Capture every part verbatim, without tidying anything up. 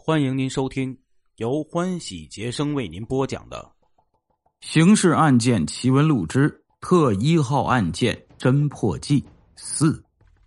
欢迎您收听由欢喜杰生为您播讲的刑事案件奇闻录之特一号案件侦破记四。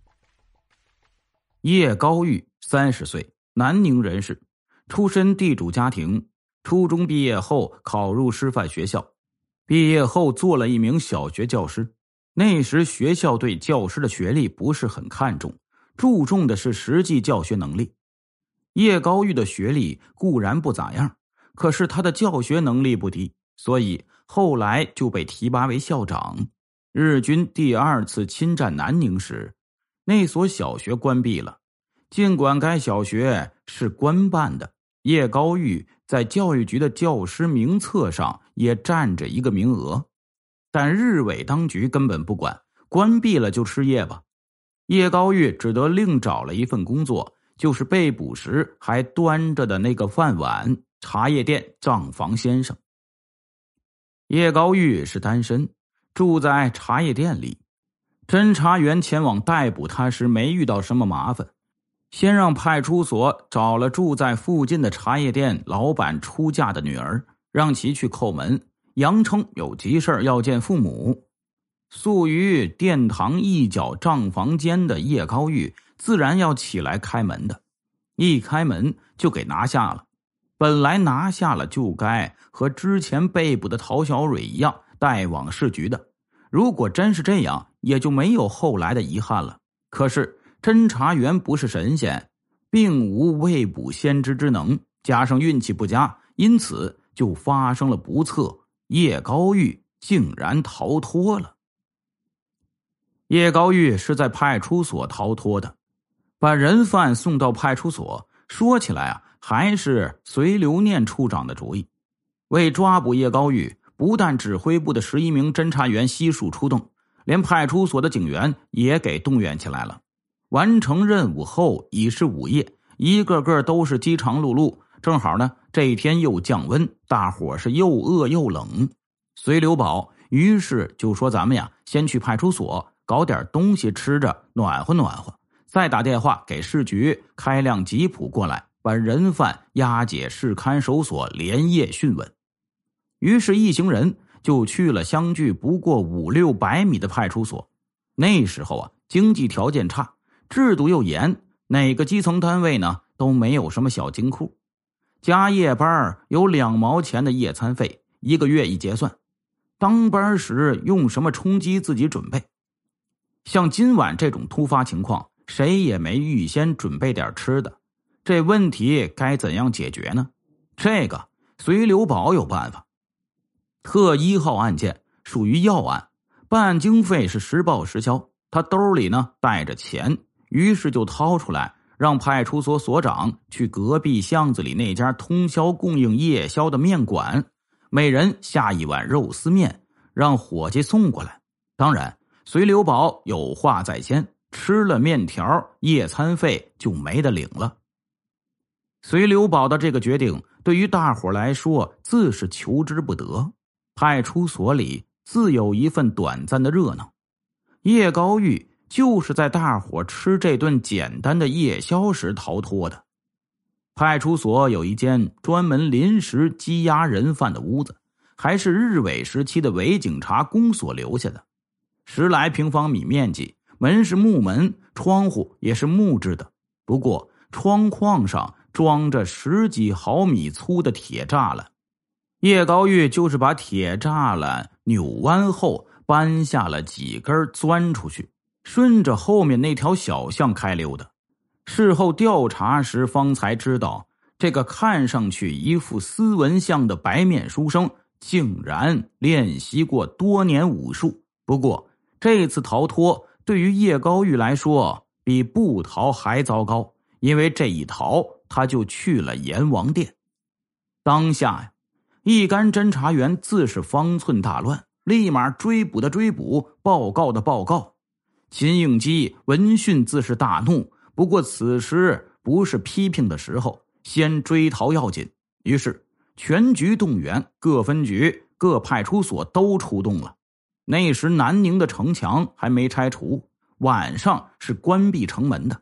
叶高玉三十岁，南宁人士，出身地主家庭，初中毕业后考入师范学校，毕业后做了一名小学教师。那时学校对教师的学历不是很看重，注重的是实际教学能力。叶高玉的学历固然不咋样，可是他的教学能力不低，所以后来就被提拔为校长。日军第二次侵占南宁时，那所小学关闭了。尽管该小学是官办的，叶高玉在教育局的教师名册上也占着一个名额，但日伪当局根本不管，关闭了就失业吧。叶高玉只得另找了一份工作，就是被捕时还端着的那个饭碗，茶叶店账房先生。叶高玉是单身，住在茶叶店里。侦查员前往逮捕他时没遇到什么麻烦，先让派出所找了住在附近的茶叶店老板出嫁的女儿，让其去叩门，扬称有急事要见父母。宿于殿堂一角账房间的叶高玉自然要起来开门的，一开门就给拿下了。本来拿下了就该和之前被捕的陶小蕊一样带往市局的，如果真是这样，也就没有后来的遗憾了。可是侦查员不是神仙，并无未卜先知之能，加上运气不佳，因此就发生了不测，叶高玉竟然逃脱了。叶高玉是在派出所逃脱的，把人犯送到派出所，说起来啊，还是随留念处长的主意。为抓捕叶高玉，不但指挥部的十一名侦查员悉数出动，连派出所的警员也给动员起来了。完成任务后已是午夜，一个个都是饥肠辘辘，正好呢，这一天又降温，大伙是又饿又冷。随留宝于是就说，咱们呀先去派出所搞点东西吃着暖和暖和，再打电话给市局开辆吉普过来，把人犯押解市看守所连夜讯问。于是一行人就去了相距不过五六百米的派出所。那时候啊，经济条件差，制度又严，哪个基层单位呢都没有什么小金库。加夜班有两毛钱的夜餐费，一个月一结算。当班时用什么充饥自己准备。像今晚这种突发情况，谁也没预先准备点吃的，这问题该怎样解决呢？这个随留宝有办法。特一号案件属于要案，办案经费是实报实销，他兜里呢带着钱，于是就掏出来，让派出所所长去隔壁巷子里那家通宵供应夜宵的面馆，每人下一碗肉丝面，让伙计送过来。当然随留宝有话在先，吃了面条，夜餐费就没得领了。随留宝的这个决定对于大伙来说自是求之不得，派出所里自有一份短暂的热闹。叶高玉就是在大伙吃这顿简单的夜宵时逃脱的。派出所有一间专门临时羁押人犯的屋子，还是日伪时期的伪警察公所留下的，十来平方米面积，门是木门，窗户也是木质的，不过窗框上装着十几毫米粗的铁栅栏。叶高玉就是把铁栅栏扭弯后搬下了几根钻出去，顺着后面那条小巷开溜的。事后调查时方才知道，这个看上去一副斯文相的白面书生竟然练习过多年武术。不过这次逃脱对于叶高玉来说比不逃还糟糕，因为这一逃他就去了阎王殿。当下呀，一干侦查员自是方寸大乱，立马追捕的追捕，报告的报告。秦应基闻讯自是大怒，不过此时不是批评的时候，先追逃要紧。于是全局动员，各分局各派出所都出动了。那时南宁的城墙还没拆除，晚上是关闭城门的，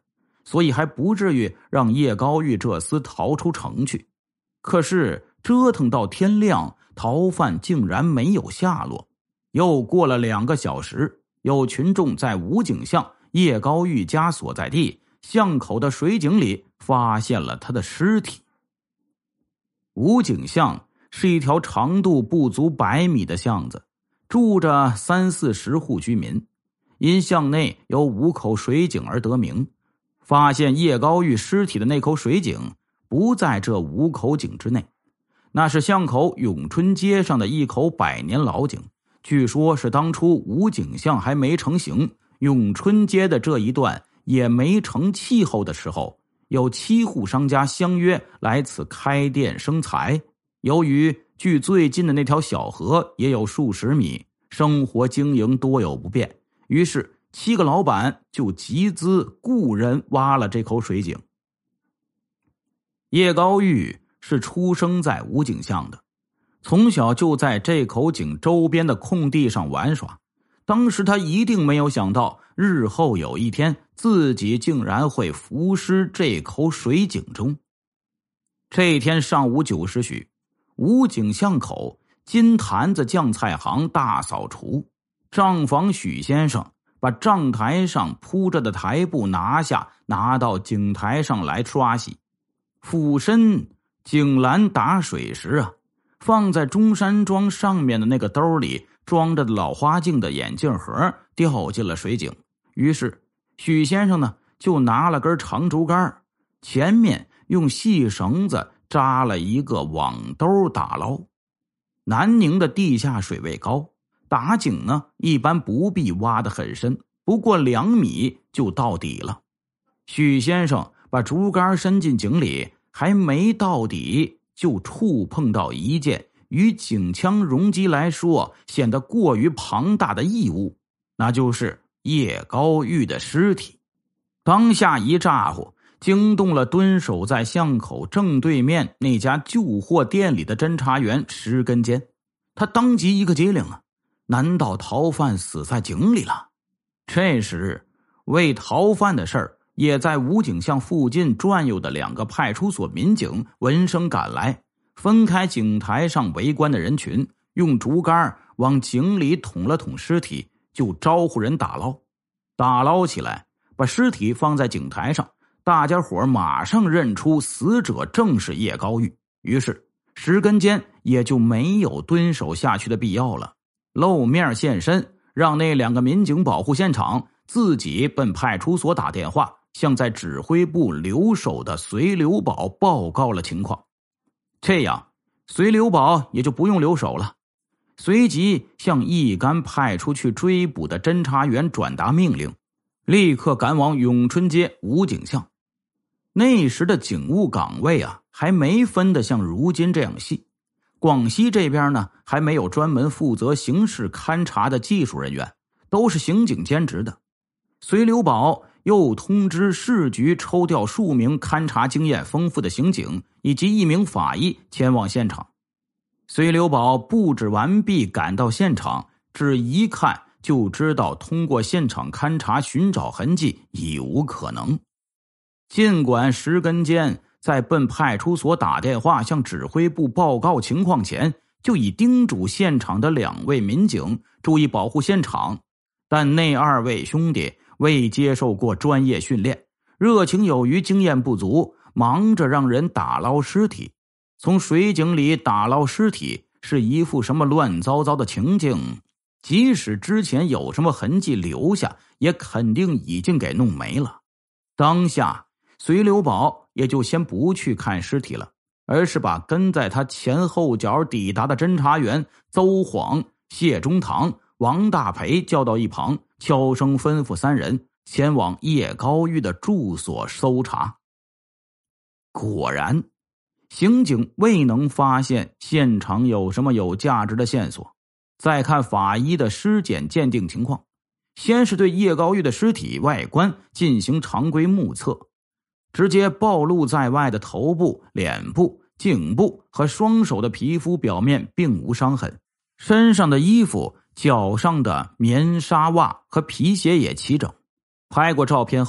所以还不至于让叶高玉这厮逃出城去。可是折腾到天亮，逃犯竟然没有下落。又过了两个小时，有群众在武警巷叶高玉家所在地巷口的水井里发现了他的尸体。武警巷是一条长度不足百米的巷子，住着三四十户居民，因巷内有五口水井而得名。发现叶高玉尸体的那口水井不在这五口井之内，那是巷口永春街上的一口百年老井。据说是当初武警巷还没成型，永春街的这一段也没成气候的时候，有七户商家相约来此开店生财。由于距最近的那条小河也有数十米，生活经营多有不便，于是七个老板就集资雇人挖了这口水井。叶高玉是出生在武警巷的，从小就在这口井周边的空地上玩耍。当时他一定没有想到，日后有一天自己竟然会浮尸这口水井中。这天上午九时许，武警巷口金坛子酱菜行大扫除，账房许先生把账台上铺着的台布拿下，拿到井台上来刷洗。俯身井栏打水时啊，放在中山装上面的那个兜里装着的老花镜的眼镜盒掉进了水井。于是许先生呢就拿了根长竹竿，前面用细绳子扎了一个网兜打捞。南宁的地下水位高，打井呢一般不必挖得很深，不过两米就到底了。许先生把竹竿伸进井里，还没到底就触碰到一件与井腔容积来说显得过于庞大的异物，那就是叶高玉的尸体。当下一咋呼，惊动了蹲守在巷口正对面那家旧货店里的侦查员石根坚。他当即一个机灵啊，难道逃犯死在井里了？这时为逃犯的事儿也在武警巷附近转悠的两个派出所民警闻声赶来，分开井台上围观的人群，用竹竿往井里捅了捅尸体，就招呼人打捞。打捞起来，把尸体放在井台上，大家伙马上认出死者正是叶高玉，于是石根坚也就没有蹲守下去的必要了，露面现身，让那两个民警保护现场，自己奔派出所打电话，向在指挥部留守的隋留宝报告了情况。这样隋留宝也就不用留守了，随即向一干派出去追捕的侦查员转达命令，立刻赶往永春街武警巷。那时的警务岗位啊，还没分得像如今这样细。广西这边呢，还没有专门负责刑事勘查的技术人员，都是刑警兼职的。隋留宝又通知市局抽调数名勘查经验丰富的刑警以及一名法医前往现场。隋留宝布置完毕赶到现场，只一看就知道通过现场勘查寻找痕迹已无可能。尽管石根坚在奔派出所打电话向指挥部报告情况前，就已叮嘱现场的两位民警注意保护现场，但那二位兄弟未接受过专业训练，热情有余，经验不足，忙着让人打捞尸体。从水井里打捞尸体是一副什么乱糟糟的情景，即使之前有什么痕迹留下，也肯定已经给弄没了。当下隋留宝也就先不去看尸体了，而是把跟在他前后脚抵达的侦查员邹晃、谢中堂、王大培叫到一旁，悄声吩咐三人前往叶高玉的住所搜查。果然刑警未能发现现场有什么有价值的线索。再看法医的尸检鉴定情况，先是对叶高玉的尸体外观进行常规目测，直接暴露在外的头部、脸部、颈部和双手的皮肤表面并无伤痕，身上的衣服、脚上的棉纱袜和皮鞋也齐整。拍过照片后，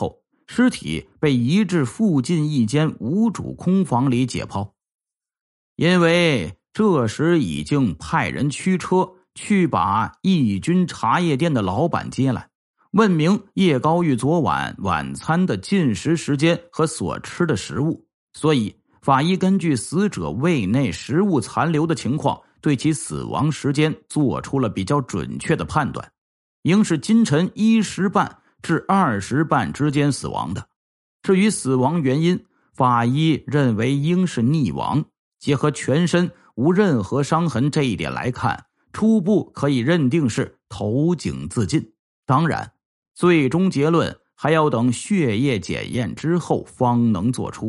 尸体被移至附近一间无主空房里解剖。因为这时已经派人驱车去把义军茶叶店的老板接来，问明叶高玉昨晚晚餐的进食时间和所吃的食物，所以法医根据死者胃内食物残留的情况，对其死亡时间做出了比较准确的判断，应是今晨一时半至二时半之间死亡的。至于死亡原因，法医认为应是溺亡，结合全身无任何伤痕这一点来看，初步可以认定是投井自尽。当然，最终结论还要等血液检验之后方能做出。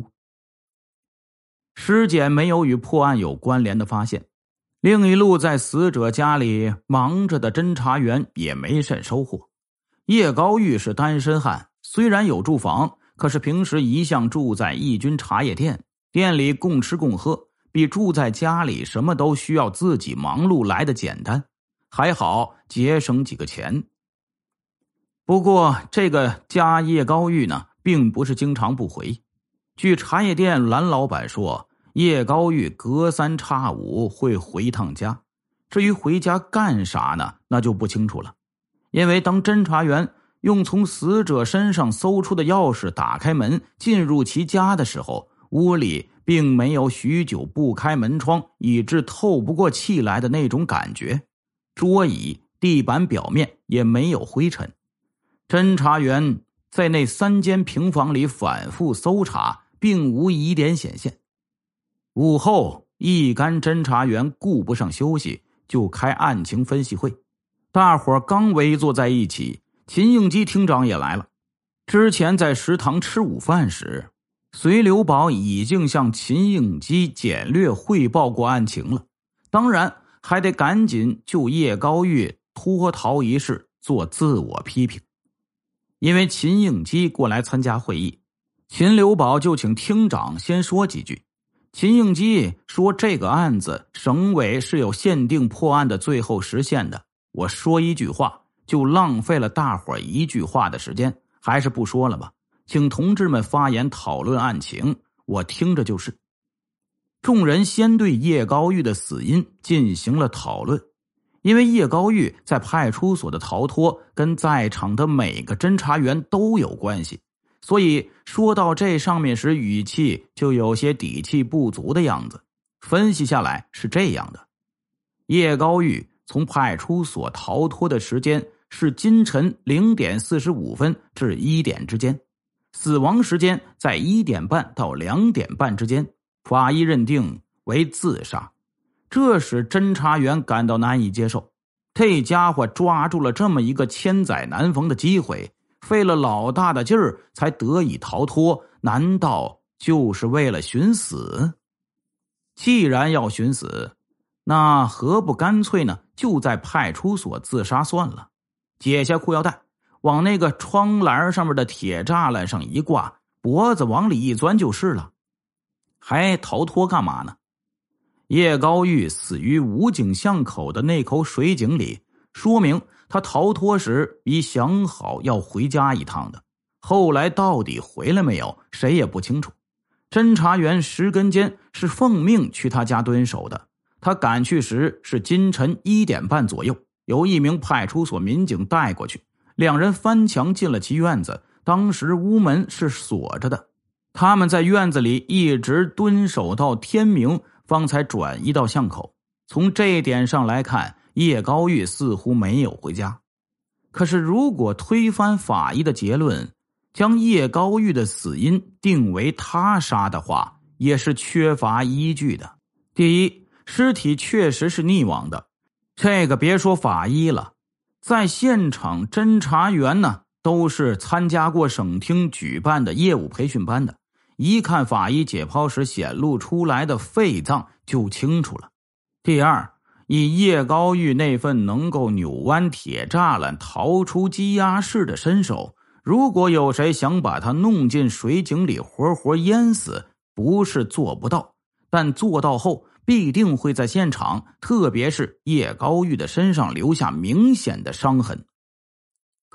尸检没有与破案有关联的发现，另一路在死者家里忙着的侦查员也没甚收获。叶高玉是单身汉，虽然有住房，可是平时一向住在义军茶叶店，店里共吃共喝，比住在家里什么都需要自己忙碌来的简单，还好节省几个钱。不过这个家叶高玉呢，并不是经常不回。据茶叶店蓝老板说，叶高玉隔三差五会回趟家，至于回家干啥呢，那就不清楚了。因为当侦查员用从死者身上搜出的钥匙打开门进入其家的时候，屋里并没有许久不开门窗以致透不过气来的那种感觉，桌椅地板表面也没有灰尘。侦查员在那三间平房里反复搜查，并无疑点显现。午后，一干侦查员顾不上休息，就开案情分析会。大伙儿刚围坐在一起，秦应基厅长也来了。之前在食堂吃午饭时，隋留宝已经向秦应基简略汇报过案情了，当然还得赶紧就叶高玉脱逃一事做自我批评。因为秦应基过来参加会议，秦留宝就请厅长先说几句。秦应基说这个案子省委是有限定破案的最后时限的，我说一句话就浪费了大伙一句话的时间，还是不说了吧，请同志们发言讨论案情，我听着就是。众人先对叶高玉的死因进行了讨论，因为叶高玉在派出所的逃脱跟在场的每个侦查员都有关系，所以说到这上面时语气就有些底气不足的样子。分析下来是这样的，叶高玉从派出所逃脱的时间是今晨零点四十五分至一点之间，死亡时间在一点半到两点半之间，法医认定为自杀。这使侦查员感到难以接受，这家伙抓住了这么一个千载难逢的机会，费了老大的劲儿才得以逃脱，难道就是为了寻死？既然要寻死，那何不干脆呢就在派出所自杀算了，解下裤腰带往那个窗栏上面的铁栅栏上一挂，脖子往里一钻就是了，还逃脱干嘛呢？叶高玉死于五井巷口的那口水井里，说明他逃脱时已想好要回家一趟的，后来到底回来没有，谁也不清楚。侦查员石根坚是奉命去他家蹲守的，他赶去时是今晨一点半左右，由一名派出所民警带过去，两人翻墙进了其院子，当时屋门是锁着的，他们在院子里一直蹲守到天明，方才转移到巷口。从这一点上来看，叶高玉似乎没有回家。可是如果推翻法医的结论，将叶高玉的死因定为他杀的话，也是缺乏依据的。第一，尸体确实是溺亡的，这个别说法医了，在现场侦查员呢都是参加过省厅举办的业务培训班的，一看法医解剖时显露出来的肺脏就清楚了。第二，以叶高玉那份能够扭弯铁栅栏逃出羁押室的身手，如果有谁想把他弄进水井里活活淹死，不是做不到，但做到后必定会在现场，特别是叶高玉的身上留下明显的伤痕。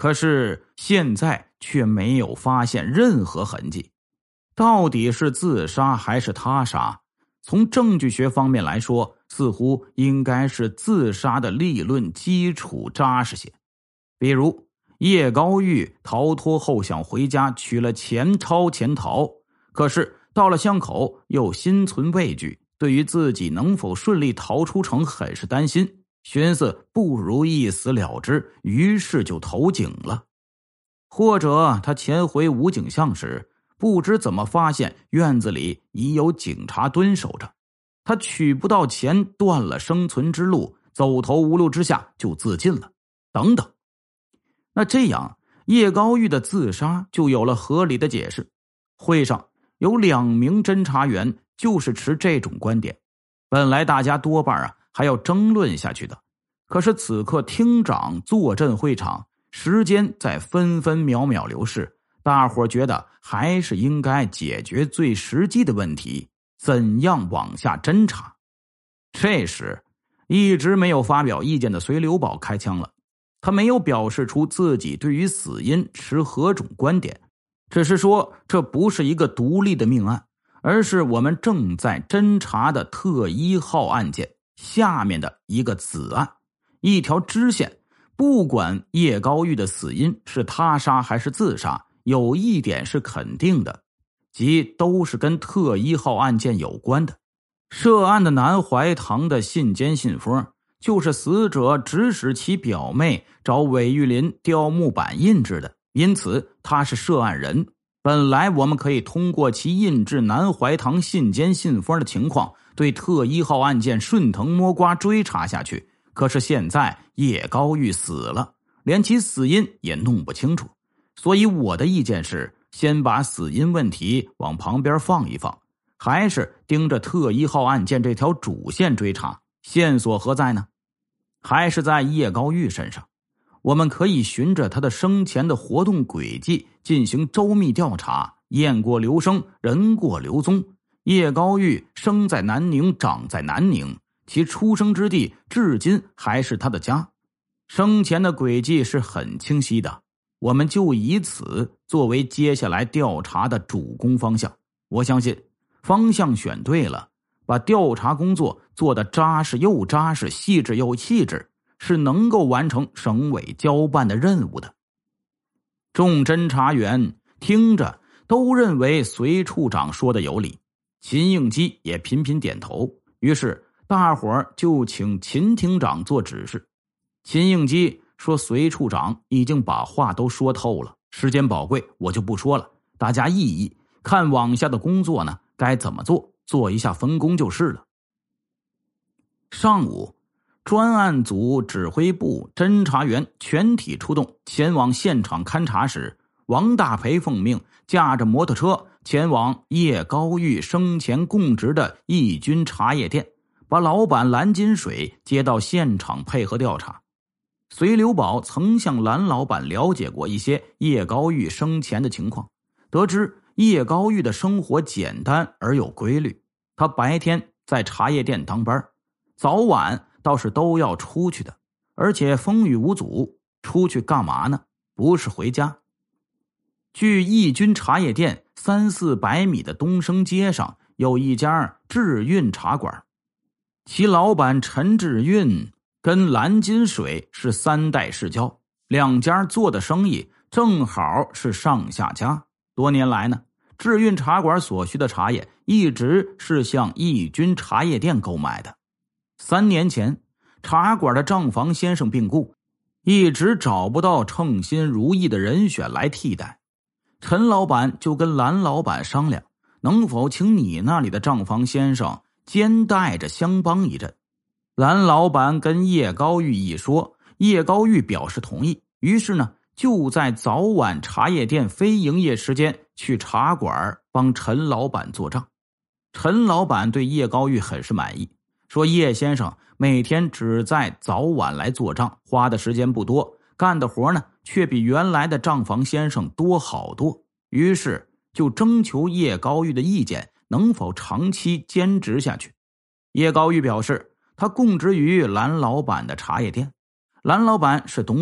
可是现在却没有发现任何痕迹。到底是自杀还是他杀？从证据学方面来说，似乎应该是自杀的立论基础扎实些。比如叶高玉逃脱后想回家取了钱钞潜逃，可是到了巷口又心存畏惧，对于自己能否顺利逃出城很是担心，寻思不如一死了之，于是就投井了。或者他前回武警巷时，不知怎么发现院子里已有警察蹲守着，他取不到钱，断了生存之路，走投无路之下就自尽了，等等。那这样叶高玉的自杀就有了合理的解释。会上有两名侦查员就是持这种观点，本来大家多半啊还要争论下去的，可是此刻厅长坐镇会场，时间在分分秒秒流逝，大伙觉得还是应该解决最实际的问题，怎样往下侦查。这时一直没有发表意见的隋留宝开枪了，他没有表示出自己对于死因持何种观点，只是说这不是一个独立的命案，而是我们正在侦查的特一号案件下面的一个子案，一条支线。不管叶高玉的死因是他杀还是自杀，有一点是肯定的，即都是跟特一号案件有关的。涉案的南怀堂的信笺信封，就是死者指使其表妹找韦玉林雕木板印制的，因此他是涉案人。本来我们可以通过其印制南怀堂信笺信封的情况，对特一号案件顺藤摸瓜追查下去。可是现在叶高玉死了，连其死因也弄不清楚，所以我的意见是，先把死因问题往旁边放一放，还是盯着特一号案件这条主线追查。线索何在呢？还是在叶高玉身上。我们可以循着他的生前的活动轨迹进行周密调查，雁过留声，人过留踪。叶高玉生在南宁，长在南宁，其出生之地至今还是他的家，生前的轨迹是很清晰的，我们就以此作为接下来调查的主攻方向。我相信方向选对了，把调查工作做得扎实又扎实，细致又细致，是能够完成省委交办的任务的。众侦查员听着都认为隋处长说的有理，秦应基也频频点头，于是大伙儿就请秦厅长做指示。秦应基说，隋处长已经把话都说透了，时间宝贵，我就不说了，大家议议看往下的工作呢该怎么做，做一下分工就是了。上午，专案组指挥部侦查员全体出动前往现场勘查时，王大培奉命驾着摩托车前往叶高玉生前供职的义军茶叶店，把老板蓝金水接到现场配合调查。隋留宝曾向蓝老板了解过一些叶高玉生前的情况，得知叶高玉的生活简单而有规律，他白天在茶叶店当班，早晚倒是都要出去的，而且风雨无阻。出去干嘛呢？不是回家。距义军茶叶店三四百米的东升街上有一家智运茶馆，其老板陈智运跟蓝金水是三代世交，两家做的生意正好是上下家。多年来呢，智运茶馆所需的茶叶一直是向义军茶叶店购买的。三年前，茶馆的账房先生病故，一直找不到称心如意的人选来替代。陈老板就跟蓝老板商量，能否请你那里的账房先生兼带着相帮一阵。蓝老板跟叶高玉一说，叶高玉表示同意，于是呢，就在早晚茶叶店非营业时间去茶馆帮陈老板做账。陈老板对叶高玉很是满意，说叶先生每天只在早晚来做账，花的时间不多，干的活呢却比原来的账房先生多好多，于是就征求叶高玉的意见，能否长期兼职下去。叶高玉表示，他供职于蓝老板的茶叶店，蓝老板是东家，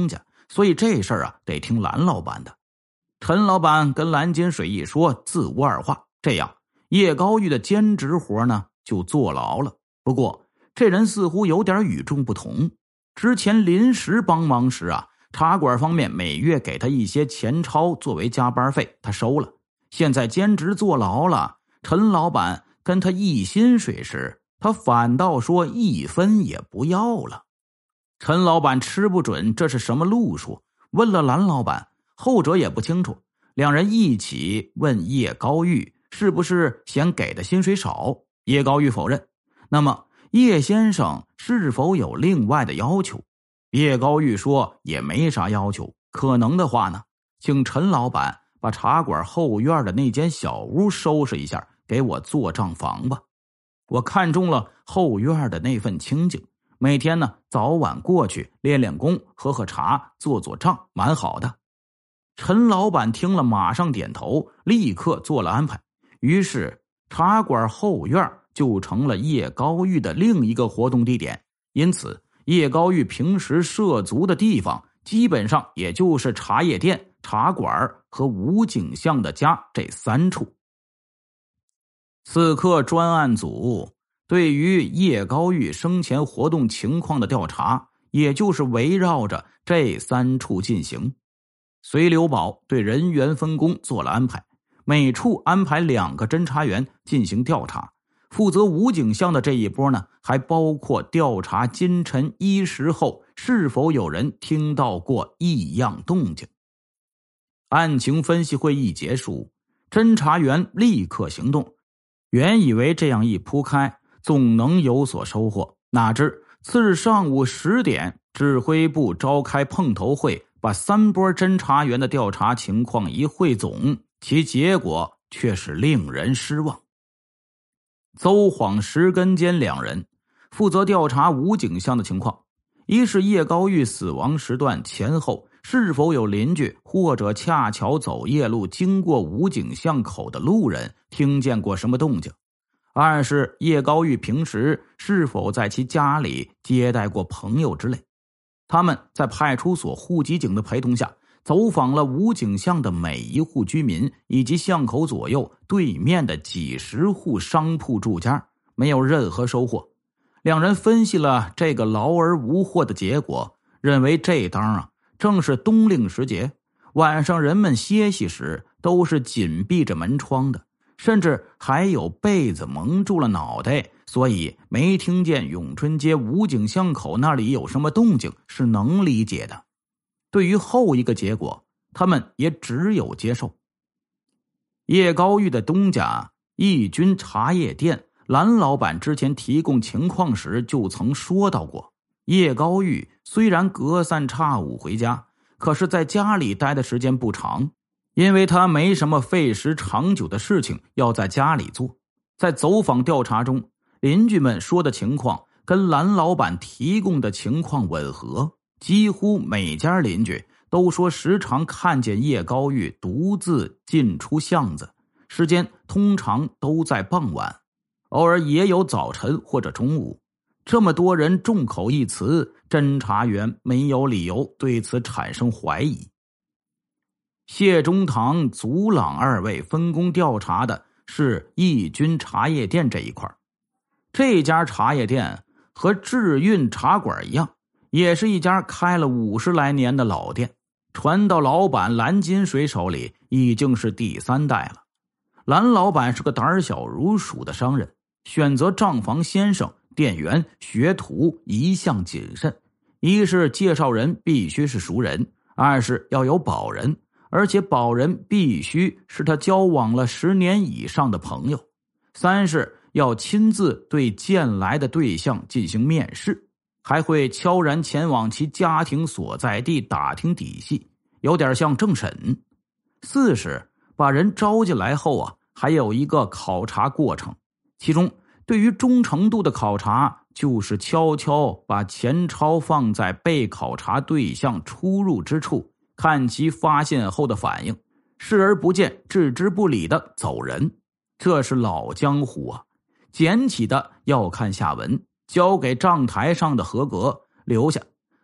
所以这事儿啊得听蓝老板的。陈老板跟蓝金水一说，自无二话，这样叶高玉的兼职活呢就坐牢了。不过这人似乎有点与众不同，之前临时帮忙时啊，茶馆方面每月给他一些钱钞作为加班费，他收了。现在兼职坐牢了，陈老板跟他议薪水时，他反倒说一分也不要了。陈老板吃不准这是什么路数，问了蓝老板，后者也不清楚。两人一起问叶高玉是不是嫌给的薪水少，叶高玉否认。那么叶先生是否有另外的要求？叶高玉说也没啥要求，可能的话呢，请陈老板把茶馆后院的那间小屋收拾一下，给我做账房吧。我看中了后院的那份清静，每天呢早晚过去练练功，喝喝茶，做做账，蛮好的。陈老板听了马上点头，立刻做了安排。于是茶馆后院就成了叶高玉的另一个活动地点，因此叶高玉平时涉足的地方基本上也就是茶叶店、茶馆和吴景象的家这三处。此刻专案组对于叶高玉生前活动情况的调查，也就是围绕着这三处进行。随刘宝对人员分工做了安排，每处安排两个侦查员进行调查。负责吴景象的这一波呢，还包括调查今晨一时后是否有人听到过异样动静。案情分析会议结束，侦查员立刻行动。原以为这样一铺开总能有所收获，哪知次日上午十点，指挥部召开碰头会，把三波侦查员的调查情况一汇总，其结果却是令人失望。邹晃、石根坚两人负责调查吴景象的情况，一是叶高玉死亡时段前后是否有邻居或者恰巧走夜路经过吴景象口的路人听见过什么动静；二是叶高玉平时是否在其家里接待过朋友之类。他们在派出所户籍警的陪同下，走访了吴景象的每一户居民，以及巷口左右对面的几十户商铺住家，没有任何收获。两人分析了这个劳而无获的结果，认为这当啊正是冬令时节，晚上人们歇息时都是紧闭着门窗的，甚至还有被子蒙住了脑袋，所以没听见永春街吴景巷口那里有什么动静是能理解的。对于后一个结果，他们也只有接受。叶高玉的东家义军茶叶店，蓝老板之前提供情况时就曾说到过，叶高玉虽然隔三差五回家，可是在家里待的时间不长，因为他没什么费时长久的事情要在家里做。在走访调查中，邻居们说的情况跟蓝老板提供的情况吻合，几乎每家邻居都说时常看见叶高玉独自进出巷子，时间通常都在傍晚，偶尔也有早晨或者中午。这么多人众口一词，侦查员没有理由对此产生怀疑。谢中堂、祖朗二位分工调查的是义军茶叶店这一块。这家茶叶店和智运茶馆一样，也是一家开了五十来年的老店，传到老板蓝金水手里已经是第三代了。蓝老板是个胆小如鼠的商人，选择账房先生、店员、学徒一向谨慎。一是介绍人必须是熟人，二是要有保人，而且保人必须是他交往了十年以上的朋友，三是要亲自对见来的对象进行面试，还会悄然前往其家庭所在地打听底细，有点像政审。四是把人招进来后啊，还有一个考察过程，其中对于忠诚度的考察，就是悄悄把钱钞放在被考察对象出入之处，看其发现后的反应，视而不见，置之不理的走人。这是老江湖啊，捡起的要看下文，交给账台上的合格，留下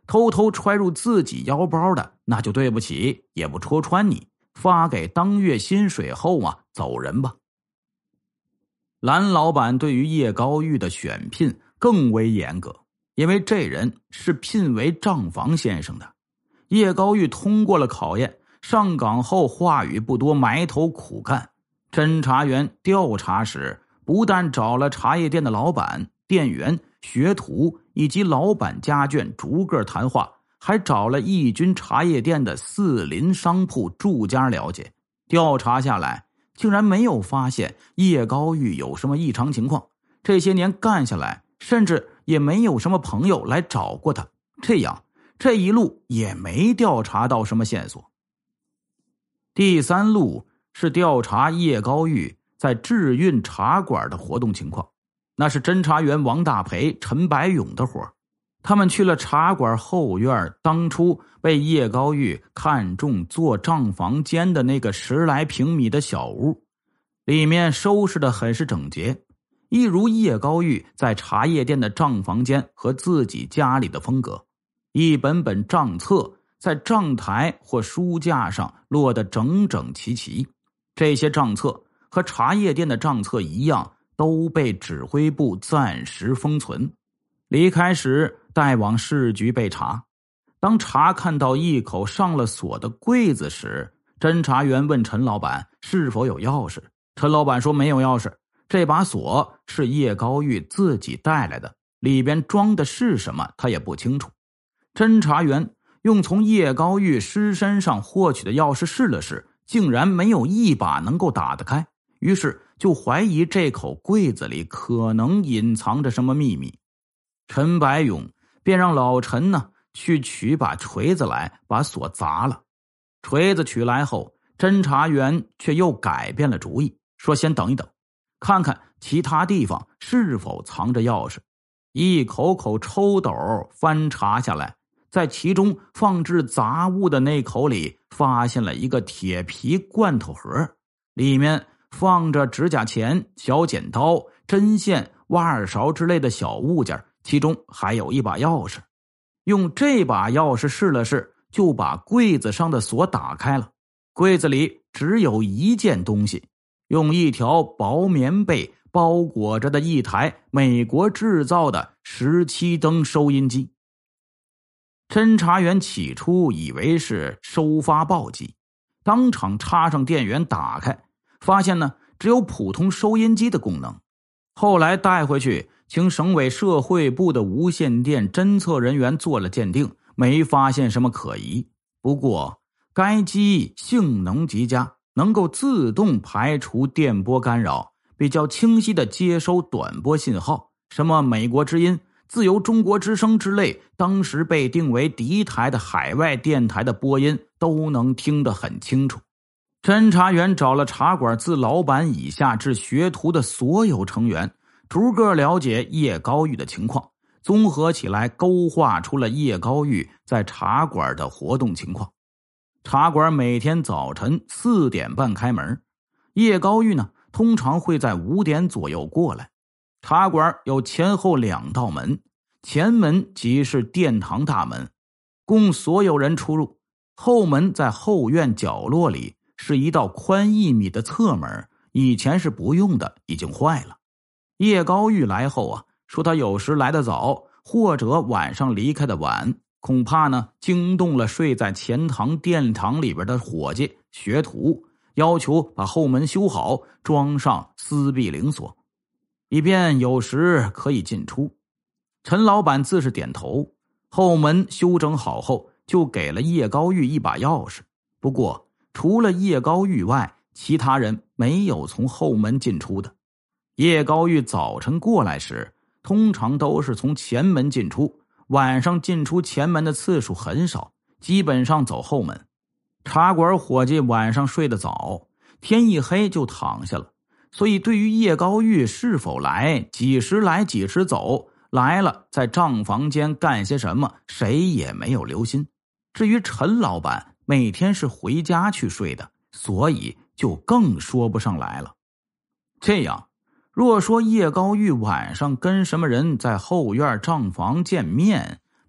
偷偷揣入自己腰包的，那就对不起，也不戳穿你，发给当月薪水后啊，走人吧。蓝老板对于叶高玉的选聘更为严格，因为这人是聘为账房先生的。叶高玉通过了考验，上岗后话语不多，埋头苦干。侦查员调查时，不但找了茶叶店的老板、店员、学徒以及老板家眷逐个谈话，还找了义军茶叶店的四邻商铺住家了解。调查下来，竟然没有发现叶高玉有什么异常情况。这些年干下来，甚至也没有什么朋友来找过他，这样这一路也没调查到什么线索。第三路是调查叶高玉在智运茶馆的活动情况，那是侦查员王大培、陈白勇的活。他们去了茶馆后院当初被叶高玉看中做账房间的那个十来平米的小屋，里面收拾得很是整洁，一如叶高玉在茶叶店的账房间和自己家里的风格。一本本账册在账台或书架上落得整整齐齐，这些账册和茶叶店的账册一样，都被指挥部暂时封存。离开时带往市局备查。当查看到一口上了锁的柜子时，侦查员问陈老板是否有钥匙。陈老板说没有钥匙，这把锁是叶高玉自己带来的，里边装的是什么他也不清楚。侦查员用从叶高玉尸身上获取的钥匙试了试，竟然没有一把能够打得开，于是就怀疑这口柜子里可能隐藏着什么秘密。陈白勇便让老陈呢去取把锤子来，把锁砸了。锤子取来后，侦查员却又改变了主意，说先等一等，看看其他地方是否藏着钥匙。一口口抽斗翻查下来，在其中放置杂物的那口里发现了一个铁皮罐头盒，里面放着指甲钳、小剪刀、针线、挖耳勺之类的小物件，其中还有一把钥匙。用这把钥匙试了试，就把柜子上的锁打开了。柜子里只有一件东西，用一条薄棉被包裹着的一台美国制造的十七灯收音机。侦查员起初以为是收发报机，当场插上电源打开，发现呢只有普通收音机的功能。后来带回去请省委社会部的无线电侦测人员做了鉴定，没发现什么可疑。不过该机性能极佳，能够自动排除电波干扰，比较清晰地接收短波信号，什么美国之音、自由中国之声之类当时被定为敌台的海外电台的播音都能听得很清楚。侦查员找了茶馆自老板以下至学徒的所有成员，逐个了解叶高玉的情况，综合起来勾画出了叶高玉在茶馆的活动情况。茶馆每天早晨四点半开门，叶高玉呢通常会在五点左右过来。茶馆有前后两道门，前门即是殿堂大门，供所有人出入，后门在后院角落里，是一道宽一米的侧门，以前是不用的，已经坏了。叶高玉来后啊，说他有时来得早，或者晚上离开的晚，恐怕呢惊动了睡在前堂殿堂里边的伙计学徒，要求把后门修好，装上私闭灵锁，以便有时可以进出。陈老板自是点头，后门修整好后，就给了叶高玉一把钥匙。不过除了叶高玉外，其他人没有从后门进出的。叶高玉早晨过来时，通常都是从前门进出，晚上进出前门的次数很少，基本上走后门。茶馆伙计晚上睡得早，天一黑就躺下了，所以对于叶高玉是否来，几时来几时走，来了在账房间干些什么，谁也没有留心。至于陈老板每天是回家去睡的，所以就更说不上来了。这样若说叶高玉晚上跟什么人在后院账房见面，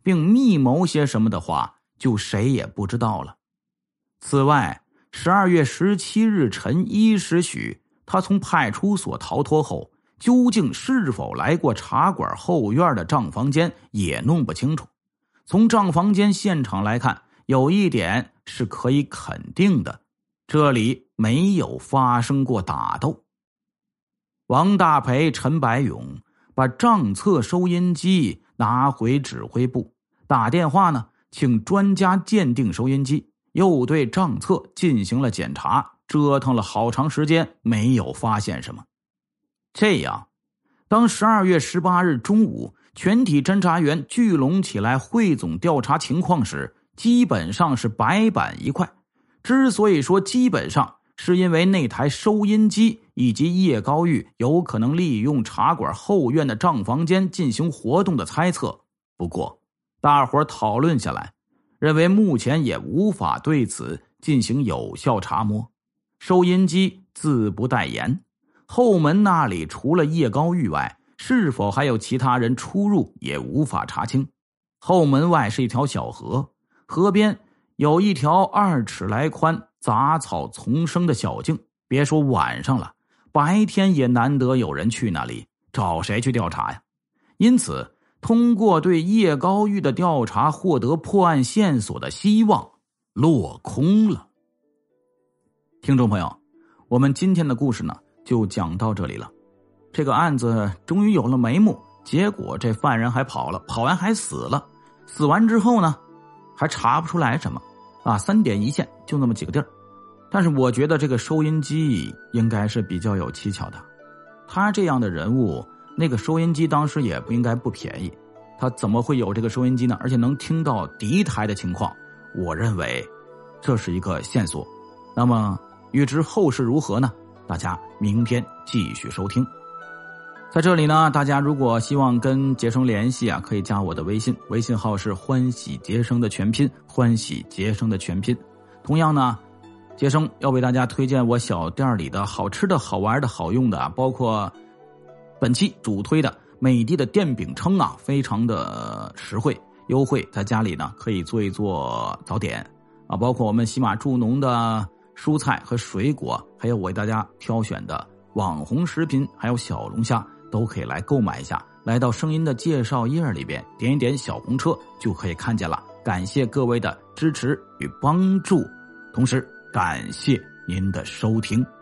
并密谋些什么的话，就谁也不知道了。此外，十二月十七日晨一时许，他从派出所逃脱后，究竟是否来过茶馆后院的账房间也弄不清楚。从账房间现场来看，有一点是可以肯定的，这里没有发生过打斗。王大培、陈白勇把账册收音机拿回指挥部，打电话呢，请专家鉴定收音机，又对账册进行了检查，折腾了好长时间，没有发现什么。这样，当十二月十八日中午全体侦查员聚拢起来汇总调查情况时，基本上是白板一块。之所以说基本上，是因为那台收音机以及叶高玉有可能利用茶馆后院的账房间进行活动的猜测。不过大伙讨论下来，认为目前也无法对此进行有效查摸。收音机自不待言，后门那里除了叶高玉外，是否还有其他人出入也无法查清。后门外是一条小河，河边有一条二尺来宽、杂草丛生的小径，别说晚上了，白天也难得有人去那里，找谁去调查呀？因此，通过对叶高玉的调查获得破案线索的希望落空了。听众朋友，我们今天的故事呢，就讲到这里了。这个案子终于有了眉目，结果这犯人还跑了，跑完还死了，死完之后呢，还查不出来什么啊，三点一线，就那么几个地儿。但是我觉得这个收音机应该是比较有蹊跷的，他这样的人物，那个收音机当时也不应该不便宜，他怎么会有这个收音机呢？而且能听到敌台的情况，我认为这是一个线索。那么预知后事如何呢？大家明天继续收听。在这里呢，大家如果希望跟杰生联系啊，可以加我的微信，微信号是欢喜杰生的全拼，欢喜杰生的全拼。同样呢，杰生要为大家推荐我小店里的好吃的好玩的好用的，包括本期主推的美的的电饼铛啊，非常的实惠优惠，在家里呢可以做一做早点啊，包括我们喜马助农的蔬菜和水果，还有我为大家挑选的网红食品，还有小龙虾，都可以来购买一下。来到声音的介绍页里边，点一点小红车就可以看见了。感谢各位的支持与帮助，同时感谢您的收听。